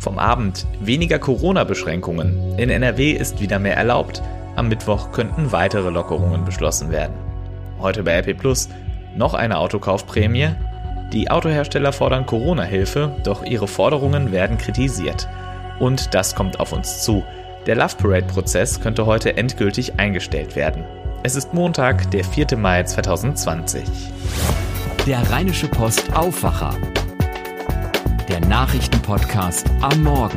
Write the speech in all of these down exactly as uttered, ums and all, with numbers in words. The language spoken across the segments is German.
Vom Abend weniger Corona-Beschränkungen. In N R W ist wieder mehr erlaubt. Am Mittwoch könnten weitere Lockerungen beschlossen werden. Heute bei R P Plus noch eine Autokaufprämie. Die Autohersteller fordern Corona-Hilfe, doch ihre Forderungen werden kritisiert. Und das kommt auf uns zu. Der Love Parade-Prozess könnte heute endgültig eingestellt werden. Es ist Montag, der vierter Mai zweitausendzwanzig. Der Rheinische Post Aufwacher. Der Nachrichtenpodcast am Morgen.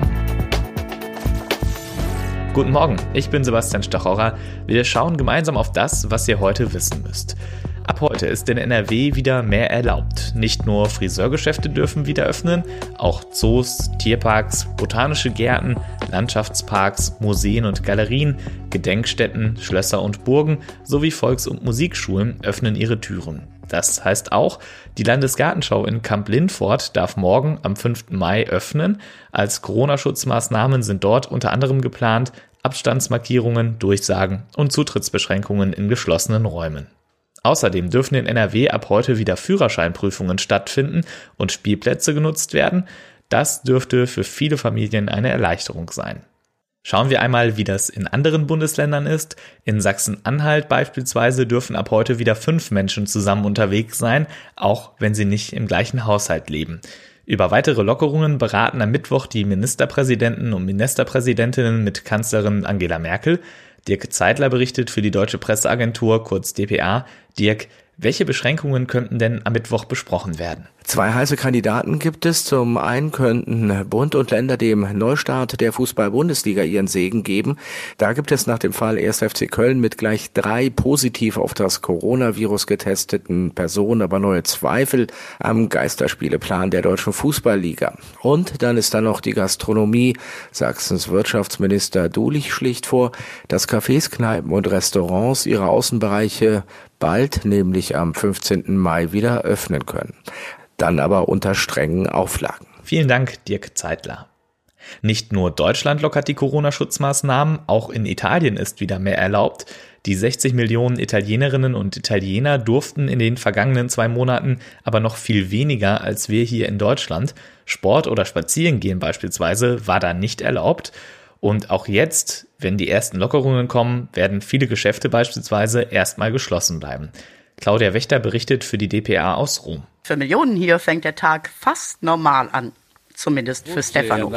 Guten Morgen, ich bin Sebastian Stachorra. Wir schauen gemeinsam auf das, was ihr heute wissen müsst. Ab heute ist in N R W wieder mehr erlaubt. Nicht nur Friseurgeschäfte dürfen wieder öffnen, auch Zoos, Tierparks, botanische Gärten, Landschaftsparks, Museen und Galerien, Gedenkstätten, Schlösser und Burgen sowie Volks- und Musikschulen öffnen ihre Türen. Das heißt auch, die Landesgartenschau in Kamp-Lindfort darf morgen am fünften Mai öffnen. Als Corona-Schutzmaßnahmen sind dort unter anderem geplant Abstandsmarkierungen, Durchsagen und Zutrittsbeschränkungen in geschlossenen Räumen. Außerdem dürfen in N R W ab heute wieder Führerscheinprüfungen stattfinden und Spielplätze genutzt werden. Das dürfte für viele Familien eine Erleichterung sein. Schauen wir einmal, wie das in anderen Bundesländern ist. In Sachsen-Anhalt beispielsweise dürfen ab heute wieder fünf Menschen zusammen unterwegs sein, auch wenn sie nicht im gleichen Haushalt leben. Über weitere Lockerungen beraten am Mittwoch die Ministerpräsidenten und Ministerpräsidentinnen mit Kanzlerin Angela Merkel. Dirk Zeitler berichtet für die Deutsche Presseagentur, kurz D P A. Dirk, welche Beschränkungen könnten denn am Mittwoch besprochen werden? Zwei heiße Kandidaten gibt es. Zum einen könnten Bund und Länder dem Neustart der Fußball-Bundesliga ihren Segen geben. Da gibt es nach dem Fall erster F C Köln mit gleich drei positiv auf das Coronavirus getesteten Personen aber neue Zweifel am Geisterspieleplan der Deutschen Fußballliga. Und dann ist da noch die Gastronomie. Sachsens Wirtschaftsminister Dulich schlägt vor, dass Cafés, Kneipen und Restaurants ihre Außenbereiche bald, nämlich am fünfzehnten Mai, wieder öffnen können. Dann aber unter strengen Auflagen. Vielen Dank, Dirk Zeitler. Nicht nur Deutschland lockert die Corona-Schutzmaßnahmen, auch in Italien ist wieder mehr erlaubt. Die sechzig Millionen Italienerinnen und Italiener durften in den vergangenen zwei Monaten aber noch viel weniger als wir hier in Deutschland. Sport oder Spazierengehen beispielsweise war da nicht erlaubt. Und auch jetzt, wenn die ersten Lockerungen kommen, werden viele Geschäfte beispielsweise erstmal geschlossen bleiben. Claudia Wächter berichtet für die D P A aus Rom. Für Millionen hier fängt der Tag fast normal an. Zumindest für Stefano.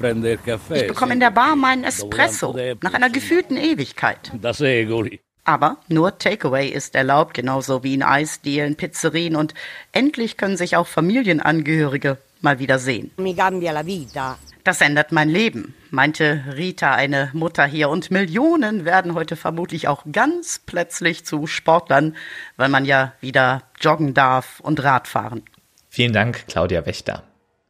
Ich bekomme in der Bar meinen Espresso nach einer gefühlten Ewigkeit. Aber nur Takeaway ist erlaubt, genauso wie in Eisdielen, Pizzerien, und endlich können sich auch Familienangehörige mal wieder sehen. Das ändert mein Leben, meinte Rita, eine Mutter hier. Und Millionen werden heute vermutlich auch ganz plötzlich zu Sportlern, weil man ja wieder joggen darf und Radfahren. Vielen Dank, Claudia Wächter.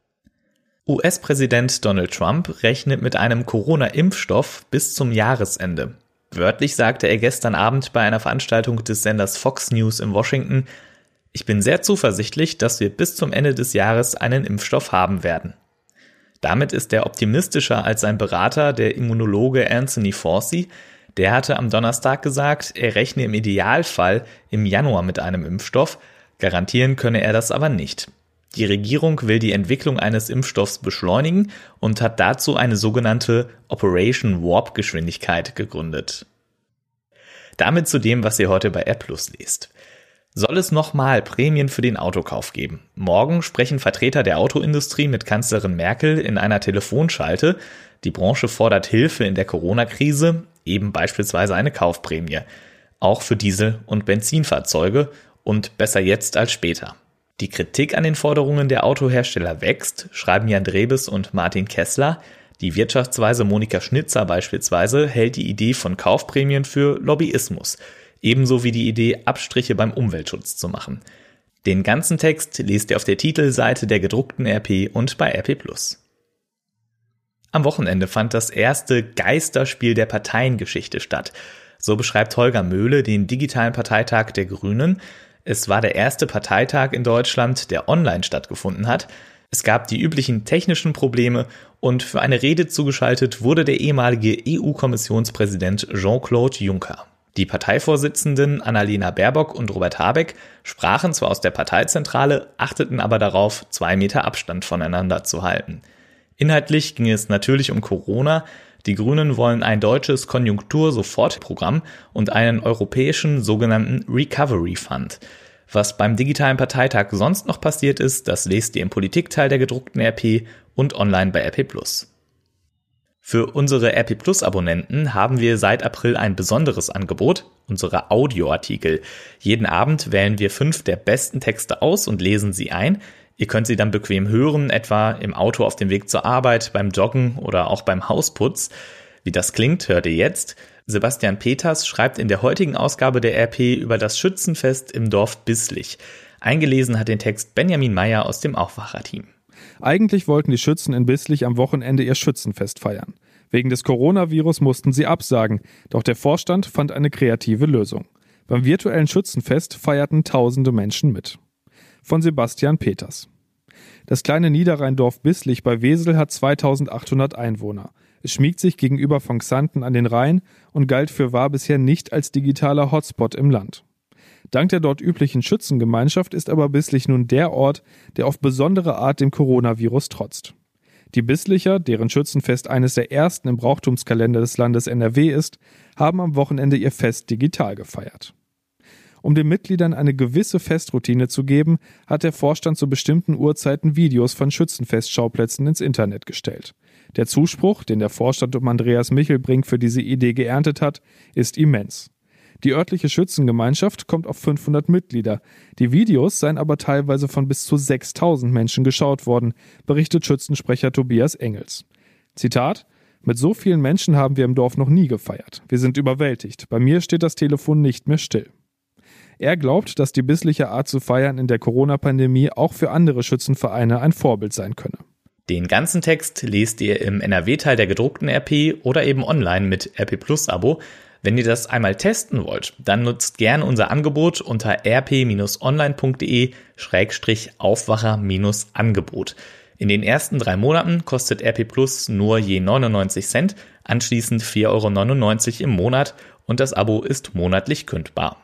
U S-Präsident Donald Trump rechnet mit einem Corona-Impfstoff bis zum Jahresende. Wörtlich sagte er gestern Abend bei einer Veranstaltung des Senders Fox News in Washington: Ich bin sehr zuversichtlich, dass wir bis zum Ende des Jahres einen Impfstoff haben werden. Damit ist er optimistischer als sein Berater, der Immunologe Anthony Fauci. Der hatte am Donnerstag gesagt, er rechne im Idealfall im Januar mit einem Impfstoff. Garantieren könne er das aber nicht. Die Regierung will die Entwicklung eines Impfstoffs beschleunigen und hat dazu eine sogenannte Operation Warp Geschwindigkeit gegründet. Damit zu dem, was ihr heute bei R Plus lest. Soll es nochmal Prämien für den Autokauf geben? Morgen sprechen Vertreter der Autoindustrie mit Kanzlerin Merkel in einer Telefonschalte. Die Branche fordert Hilfe in der Corona-Krise, eben beispielsweise eine Kaufprämie. Auch für Diesel- und Benzinfahrzeuge, und besser jetzt als später. Die Kritik an den Forderungen der Autohersteller wächst, schreiben Jan Drebes und Martin Kessler. Die Wirtschaftsweise Monika Schnitzer beispielsweise hält die Idee von Kaufprämien für Lobbyismus. Ebenso wie die Idee, Abstriche beim Umweltschutz zu machen. Den ganzen Text lest ihr auf der Titelseite der gedruckten R P und bei R P Plus. Am Wochenende fand das erste Geisterspiel der Parteiengeschichte statt. So beschreibt Holger Möhle den digitalen Parteitag der Grünen. Es war der erste Parteitag in Deutschland, der online stattgefunden hat. Es gab die üblichen technischen Probleme und für eine Rede zugeschaltet wurde der ehemalige E U-Kommissionspräsident Jean-Claude Juncker. Die Parteivorsitzenden Annalena Baerbock und Robert Habeck sprachen zwar aus der Parteizentrale, achteten aber darauf, zwei Meter Abstand voneinander zu halten. Inhaltlich ging es natürlich um Corona. Die Grünen wollen ein deutsches Konjunktur-Sofortprogramm und einen europäischen sogenannten Recovery Fund. Was beim digitalen Parteitag sonst noch passiert ist, das lest ihr im Politikteil der gedruckten R P und online bei R P Plus. Für unsere R P Plus Abonnenten haben wir seit April ein besonderes Angebot, unsere Audioartikel. Jeden Abend wählen wir fünf der besten Texte aus und lesen sie ein. Ihr könnt sie dann bequem hören, etwa im Auto auf dem Weg zur Arbeit, beim Joggen oder auch beim Hausputz. Wie das klingt, hört ihr jetzt. Sebastian Peters schreibt in der heutigen Ausgabe der R P über das Schützenfest im Dorf Bislich. Eingelesen hat den Text Benjamin Meyer aus dem Aufwacher-Team. Eigentlich wollten die Schützen in Bislich am Wochenende ihr Schützenfest feiern. Wegen des Coronavirus mussten sie absagen, doch der Vorstand fand eine kreative Lösung. Beim virtuellen Schützenfest feierten tausende Menschen mit. Von Sebastian Peters. Das kleine Niederrheindorf Bislich bei Wesel hat zweitausendachthundert Einwohner. Es schmiegt sich gegenüber von Xanten an den Rhein und galt fürwahr bisher nicht als digitaler Hotspot im Land. Dank der dort üblichen Schützengemeinschaft ist aber Bislich nun der Ort, der auf besondere Art dem Coronavirus trotzt. Die Bislicher, deren Schützenfest eines der ersten im Brauchtumskalender des Landes N R W ist, haben am Wochenende ihr Fest digital gefeiert. Um den Mitgliedern eine gewisse Festroutine zu geben, hat der Vorstand zu bestimmten Uhrzeiten Videos von Schützenfestschauplätzen ins Internet gestellt. Der Zuspruch, den der Vorstand um Andreas Michelbrink für diese Idee geerntet hat, ist immens. Die örtliche Schützengemeinschaft kommt auf fünfhundert Mitglieder. Die Videos seien aber teilweise von bis zu sechstausend Menschen geschaut worden, berichtet Schützensprecher Tobias Engels. Zitat: Mit so vielen Menschen haben wir im Dorf noch nie gefeiert. Wir sind überwältigt. Bei mir steht das Telefon nicht mehr still. Er glaubt, dass die Bislicher Art zu feiern in der Corona-Pandemie auch für andere Schützenvereine ein Vorbild sein könne. Den ganzen Text lest ihr im N R W-Teil der gedruckten R P oder eben online mit R P Plus Abo. Wenn ihr das einmal testen wollt, dann nutzt gern unser Angebot unter r p online punkt d e schrägstrich aufwacher Angebot. In den ersten drei Monaten kostet R P Plus nur je neunundneunzig Cent, anschließend vier Euro neunundneunzig im Monat und das Abo ist monatlich kündbar.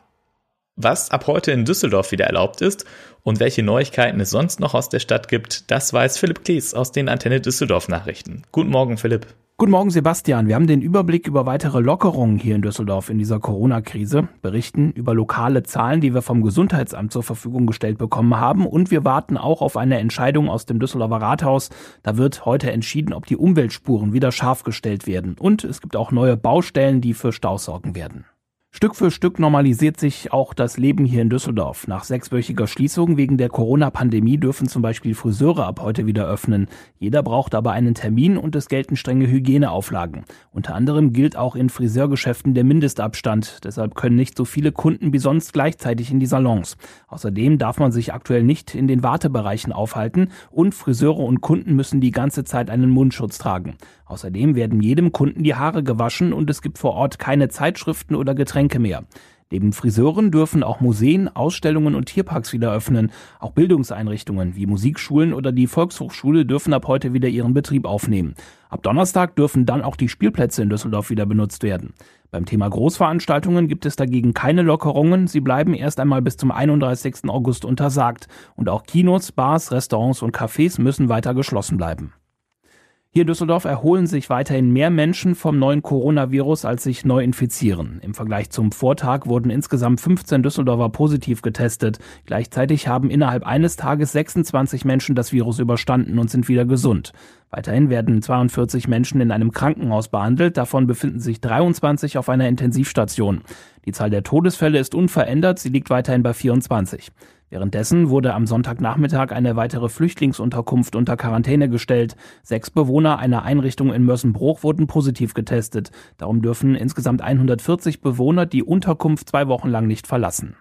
Was ab heute in Düsseldorf wieder erlaubt ist und welche Neuigkeiten es sonst noch aus der Stadt gibt, das weiß Philipp Klees aus den Antenne Düsseldorf Nachrichten. Guten Morgen, Philipp. Guten Morgen, Sebastian. Wir haben den Überblick über weitere Lockerungen hier in Düsseldorf in dieser Corona-Krise, berichten über lokale Zahlen, die wir vom Gesundheitsamt zur Verfügung gestellt bekommen haben, und wir warten auch auf eine Entscheidung aus dem Düsseldorfer Rathaus. Da wird heute entschieden, ob die Umweltspuren wieder scharf gestellt werden, und es gibt auch neue Baustellen, die für Stau sorgen werden. Stück für Stück normalisiert sich auch das Leben hier in Düsseldorf. Nach sechswöchiger Schließung wegen der Corona-Pandemie dürfen zum Beispiel Friseure ab heute wieder öffnen. Jeder braucht aber einen Termin und es gelten strenge Hygieneauflagen. Unter anderem gilt auch in Friseurgeschäften der Mindestabstand. Deshalb können nicht so viele Kunden wie sonst gleichzeitig in die Salons. Außerdem darf man sich aktuell nicht in den Wartebereichen aufhalten und Friseure und Kunden müssen die ganze Zeit einen Mundschutz tragen. Außerdem werden jedem Kunden die Haare gewaschen und es gibt vor Ort keine Zeitschriften oder Getränke mehr. Neben Friseuren dürfen auch Museen, Ausstellungen und Tierparks wieder öffnen. Auch Bildungseinrichtungen wie Musikschulen oder die Volkshochschule dürfen ab heute wieder ihren Betrieb aufnehmen. Ab Donnerstag dürfen dann auch die Spielplätze in Düsseldorf wieder benutzt werden. Beim Thema Großveranstaltungen gibt es dagegen keine Lockerungen. Sie bleiben erst einmal bis zum einunddreißigsten August untersagt. Und auch Kinos, Bars, Restaurants und Cafés müssen weiter geschlossen bleiben. Hier in Düsseldorf erholen sich weiterhin mehr Menschen vom neuen Coronavirus, als sich neu infizieren. Im Vergleich zum Vortag wurden insgesamt fünfzehn Düsseldorfer positiv getestet. Gleichzeitig haben innerhalb eines Tages sechsundzwanzig Menschen das Virus überstanden und sind wieder gesund. Weiterhin werden zweiundvierzig Menschen in einem Krankenhaus behandelt, davon befinden sich dreiundzwanzig auf einer Intensivstation. Die Zahl der Todesfälle ist unverändert, sie liegt weiterhin bei vierundzwanzig. Währenddessen wurde am Sonntagnachmittag eine weitere Flüchtlingsunterkunft unter Quarantäne gestellt. Sechs Bewohner einer Einrichtung in Mörsenbruch wurden positiv getestet. Darum dürfen insgesamt hundertvierzig Bewohner die Unterkunft zwei Wochen lang nicht verlassen.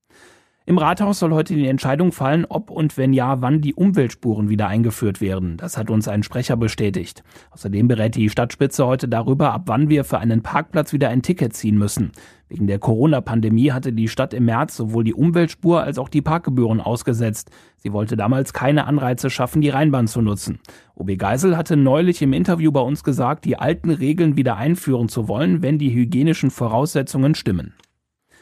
Im Rathaus soll heute die Entscheidung fallen, ob und wenn ja, wann die Umweltspuren wieder eingeführt werden. Das hat uns ein Sprecher bestätigt. Außerdem berät die Stadtspitze heute darüber, ab wann wir für einen Parkplatz wieder ein Ticket ziehen müssen. Wegen der Corona-Pandemie hatte die Stadt im März sowohl die Umweltspur als auch die Parkgebühren ausgesetzt. Sie wollte damals keine Anreize schaffen, die Rheinbahn zu nutzen. O B Geisel hatte neulich im Interview bei uns gesagt, die alten Regeln wieder einführen zu wollen, wenn die hygienischen Voraussetzungen stimmen.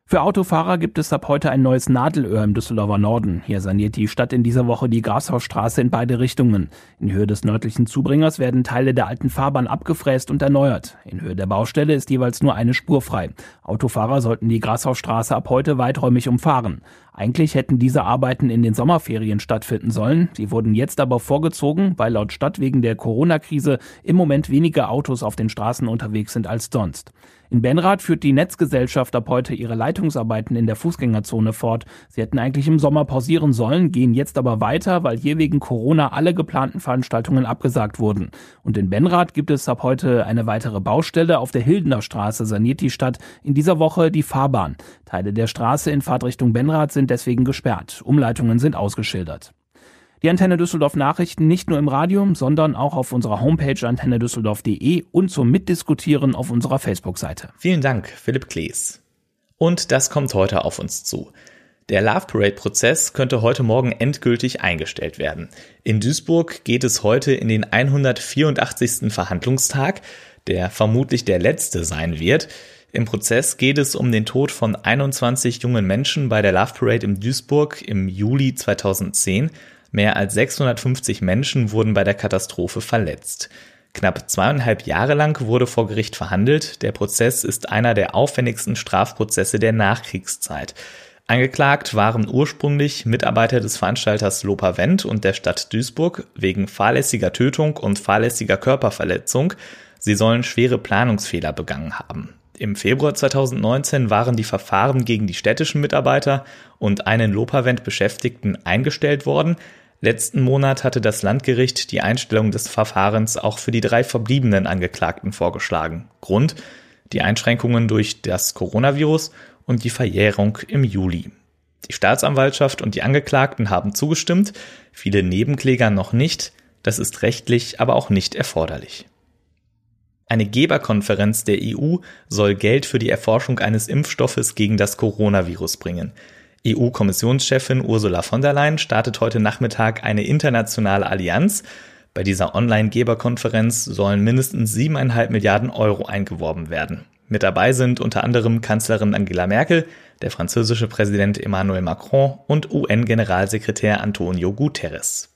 Für Autofahrer gibt es ab heute ein neues Nadelöhr im Düsseldorfer Norden. Hier saniert die Stadt in dieser Woche die Grashausstraße in beide Richtungen. In Höhe des nördlichen Zubringers werden Teile der alten Fahrbahn abgefräst und erneuert. In Höhe der Baustelle ist jeweils nur eine Spur frei. Autofahrer sollten die Grashausstraße ab heute weiträumig umfahren. Eigentlich hätten diese Arbeiten in den Sommerferien stattfinden sollen. Sie wurden jetzt aber vorgezogen, weil laut Stadt wegen der Corona-Krise im Moment weniger Autos auf den Straßen unterwegs sind als sonst. In Benrath führt die Netzgesellschaft ab heute ihre Leitungsarbeiten in der Fußgängerzone fort. Sie hätten eigentlich im Sommer pausieren sollen, gehen jetzt aber weiter, weil hier wegen Corona alle geplanten Veranstaltungen abgesagt wurden. Und in Benrath gibt es ab heute eine weitere Baustelle. Auf der Hildener Straße saniert die Stadt in dieser Woche die Fahrbahn. Teile der Straße in Fahrtrichtung Benrath sind deswegen gesperrt. Umleitungen sind ausgeschildert. Die Antenne Düsseldorf Nachrichten nicht nur im Radio, sondern auch auf unserer Homepage antenne düsseldorf punkt de und zum Mitdiskutieren auf unserer Facebook-Seite. Vielen Dank, Philipp Klees. Und das kommt heute auf uns zu. Der Love Parade-Prozess könnte heute Morgen endgültig eingestellt werden. In Duisburg geht es heute in den hundertvierundachtzigsten Verhandlungstag, der vermutlich der letzte sein wird. Im Prozess geht es um den Tod von einundzwanzig jungen Menschen bei der Love Parade in Duisburg im Juli zweitausendzehn. Mehr als sechshundertfünfzig Menschen wurden bei der Katastrophe verletzt. Knapp zweieinhalb Jahre lang wurde vor Gericht verhandelt. Der Prozess ist einer der aufwendigsten Strafprozesse der Nachkriegszeit. Angeklagt waren ursprünglich Mitarbeiter des Veranstalters Lopavent und der Stadt Duisburg wegen fahrlässiger Tötung und fahrlässiger Körperverletzung. Sie sollen schwere Planungsfehler begangen haben. Im Februar zweitausendneunzehn waren die Verfahren gegen die städtischen Mitarbeiter und einen Lopavent-Beschäftigten eingestellt worden. Letzten Monat hatte das Landgericht die Einstellung des Verfahrens auch für die drei verbliebenen Angeklagten vorgeschlagen. Grund: die Einschränkungen durch das Coronavirus und die Verjährung im Juli. Die Staatsanwaltschaft und die Angeklagten haben zugestimmt, viele Nebenkläger noch nicht. Das ist rechtlich aber auch nicht erforderlich. Eine Geberkonferenz der E U soll Geld für die Erforschung eines Impfstoffes gegen das Coronavirus bringen. E U-Kommissionschefin Ursula von der Leyen startet heute Nachmittag eine internationale Allianz. Bei dieser Online-Geberkonferenz sollen mindestens siebeneinhalb Milliarden Euro eingeworben werden. Mit dabei sind unter anderem Kanzlerin Angela Merkel, der französische Präsident Emmanuel Macron und U N-Generalsekretär Antonio Guterres.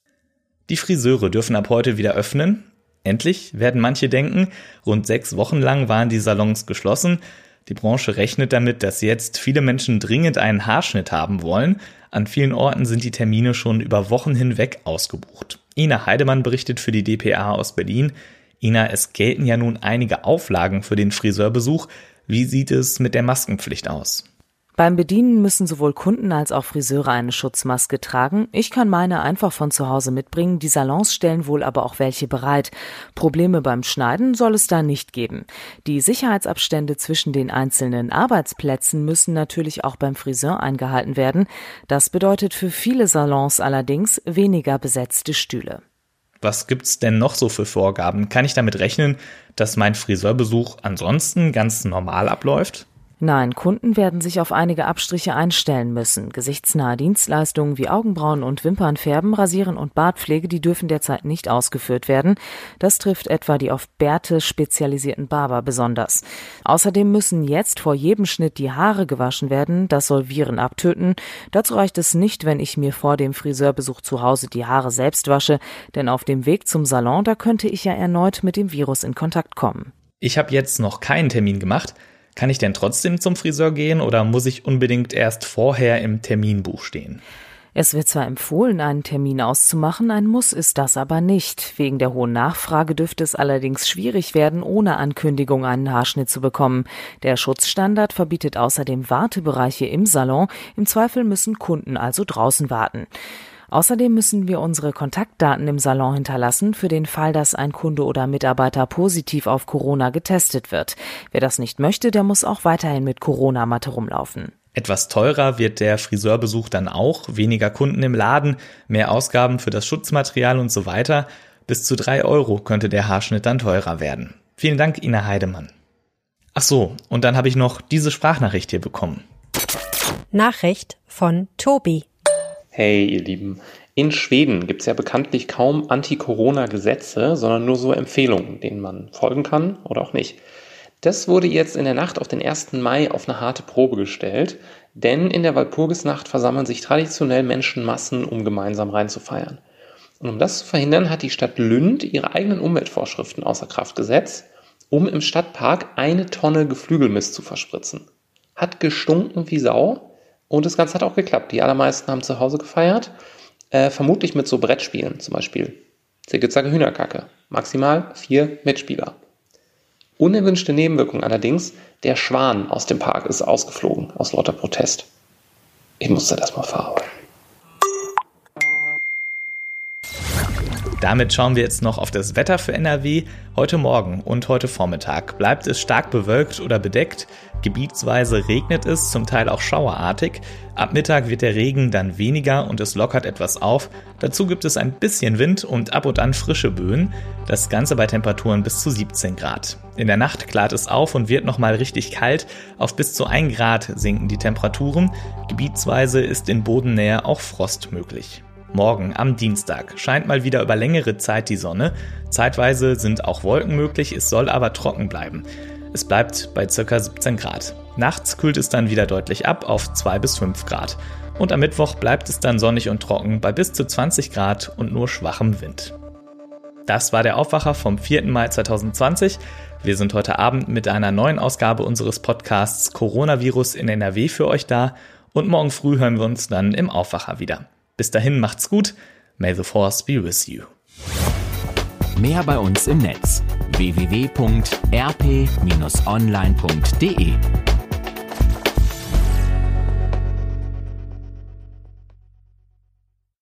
Die Friseure dürfen ab heute wieder öffnen. Endlich, werden manche denken. Rund sechs Wochen lang waren die Salons geschlossen. Die Branche rechnet damit, dass jetzt viele Menschen dringend einen Haarschnitt haben wollen. An vielen Orten sind die Termine schon über Wochen hinweg ausgebucht. Ina Heidemann berichtet für die D P A aus Berlin. Ina, es gelten ja nun einige Auflagen für den Friseurbesuch. Wie sieht es mit der Maskenpflicht aus? Beim Bedienen müssen sowohl Kunden als auch Friseure eine Schutzmaske tragen. Ich kann meine einfach von zu Hause mitbringen. Die Salons stellen wohl aber auch welche bereit. Probleme beim Schneiden soll es da nicht geben. Die Sicherheitsabstände zwischen den einzelnen Arbeitsplätzen müssen natürlich auch beim Friseur eingehalten werden. Das bedeutet für viele Salons allerdings weniger besetzte Stühle. Was gibt's denn noch so für Vorgaben? Kann ich damit rechnen, dass mein Friseurbesuch ansonsten ganz normal abläuft? Nein, Kunden werden sich auf einige Abstriche einstellen müssen. Gesichtsnahe Dienstleistungen wie Augenbrauen und Wimpernfärben, Rasieren und Bartpflege, die dürfen derzeit nicht ausgeführt werden. Das trifft etwa die auf Bärte spezialisierten Barber besonders. Außerdem müssen jetzt vor jedem Schnitt die Haare gewaschen werden. Das soll Viren abtöten. Dazu reicht es nicht, wenn ich mir vor dem Friseurbesuch zu Hause die Haare selbst wasche. Denn auf dem Weg zum Salon, da könnte ich ja erneut mit dem Virus in Kontakt kommen. Ich habe jetzt noch keinen Termin gemacht. Kann ich denn trotzdem zum Friseur gehen oder muss ich unbedingt erst vorher im Terminbuch stehen? Es wird zwar empfohlen, einen Termin auszumachen, ein Muss ist das aber nicht. Wegen der hohen Nachfrage dürfte es allerdings schwierig werden, ohne Ankündigung einen Haarschnitt zu bekommen. Der Schutzstandard verbietet außerdem Wartebereiche im Salon. Im Zweifel müssen Kunden also draußen warten. Außerdem müssen wir unsere Kontaktdaten im Salon hinterlassen, für den Fall, dass ein Kunde oder Mitarbeiter positiv auf Corona getestet wird. Wer das nicht möchte, der muss auch weiterhin mit Corona-Matte rumlaufen. Etwas teurer wird der Friseurbesuch dann auch, weniger Kunden im Laden, mehr Ausgaben für das Schutzmaterial und so weiter. Bis zu drei Euro könnte der Haarschnitt dann teurer werden. Vielen Dank, Ina Heidemann. Ach so, und dann habe ich noch diese Sprachnachricht hier bekommen. Nachricht von Tobi. Hey ihr Lieben, in Schweden gibt es ja bekanntlich kaum Anti-Corona-Gesetze, sondern nur so Empfehlungen, denen man folgen kann oder auch nicht. Das wurde jetzt in der Nacht auf den ersten Mai auf eine harte Probe gestellt, denn in der Walpurgisnacht versammeln sich traditionell Menschenmassen, um gemeinsam reinzufeiern. Und um das zu verhindern, hat die Stadt Lünd ihre eigenen Umweltvorschriften außer Kraft gesetzt, um im Stadtpark eine Tonne Geflügelmist zu verspritzen. Hat gestunken wie Sau und das Ganze hat auch geklappt. Die allermeisten haben zu Hause gefeiert, äh, vermutlich mit so Brettspielen, zum Beispiel Zicke, Zacke, Hühnerkacke. Maximal vier Mitspieler. Unerwünschte Nebenwirkung allerdings, der Schwan aus dem Park ist ausgeflogen, aus lauter Protest. Ich musste das mal verarbeiten. Damit schauen wir jetzt noch auf das Wetter für N R W. Heute Morgen und heute Vormittag bleibt es stark bewölkt oder bedeckt. Gebietsweise regnet es, zum Teil auch schauerartig. Ab Mittag wird der Regen dann weniger und es lockert etwas auf. Dazu gibt es ein bisschen Wind und ab und an frische Böen. Das Ganze bei Temperaturen bis zu siebzehn Grad. In der Nacht klart es auf und wird nochmal richtig kalt. Auf bis zu ein Grad sinken die Temperaturen. Gebietsweise ist in Bodennähe auch Frost möglich. Morgen am Dienstag scheint mal wieder über längere Zeit die Sonne. Zeitweise sind auch Wolken möglich, es soll aber trocken bleiben. Es bleibt bei ca. siebzehn Grad. Nachts kühlt es dann wieder deutlich ab auf zwei bis fünf Grad. Und am Mittwoch bleibt es dann sonnig und trocken bei bis zu zwanzig Grad und nur schwachem Wind. Das war der Aufwacher vom vierten Mai zweitausendzwanzig. Wir sind heute Abend mit einer neuen Ausgabe unseres Podcasts Coronavirus in N R W für euch da. Und morgen früh hören wir uns dann im Aufwacher wieder. Bis dahin macht's gut. May the Force be with you. Mehr bei uns im Netz w w w punkt r p Bindestrich online punkt d e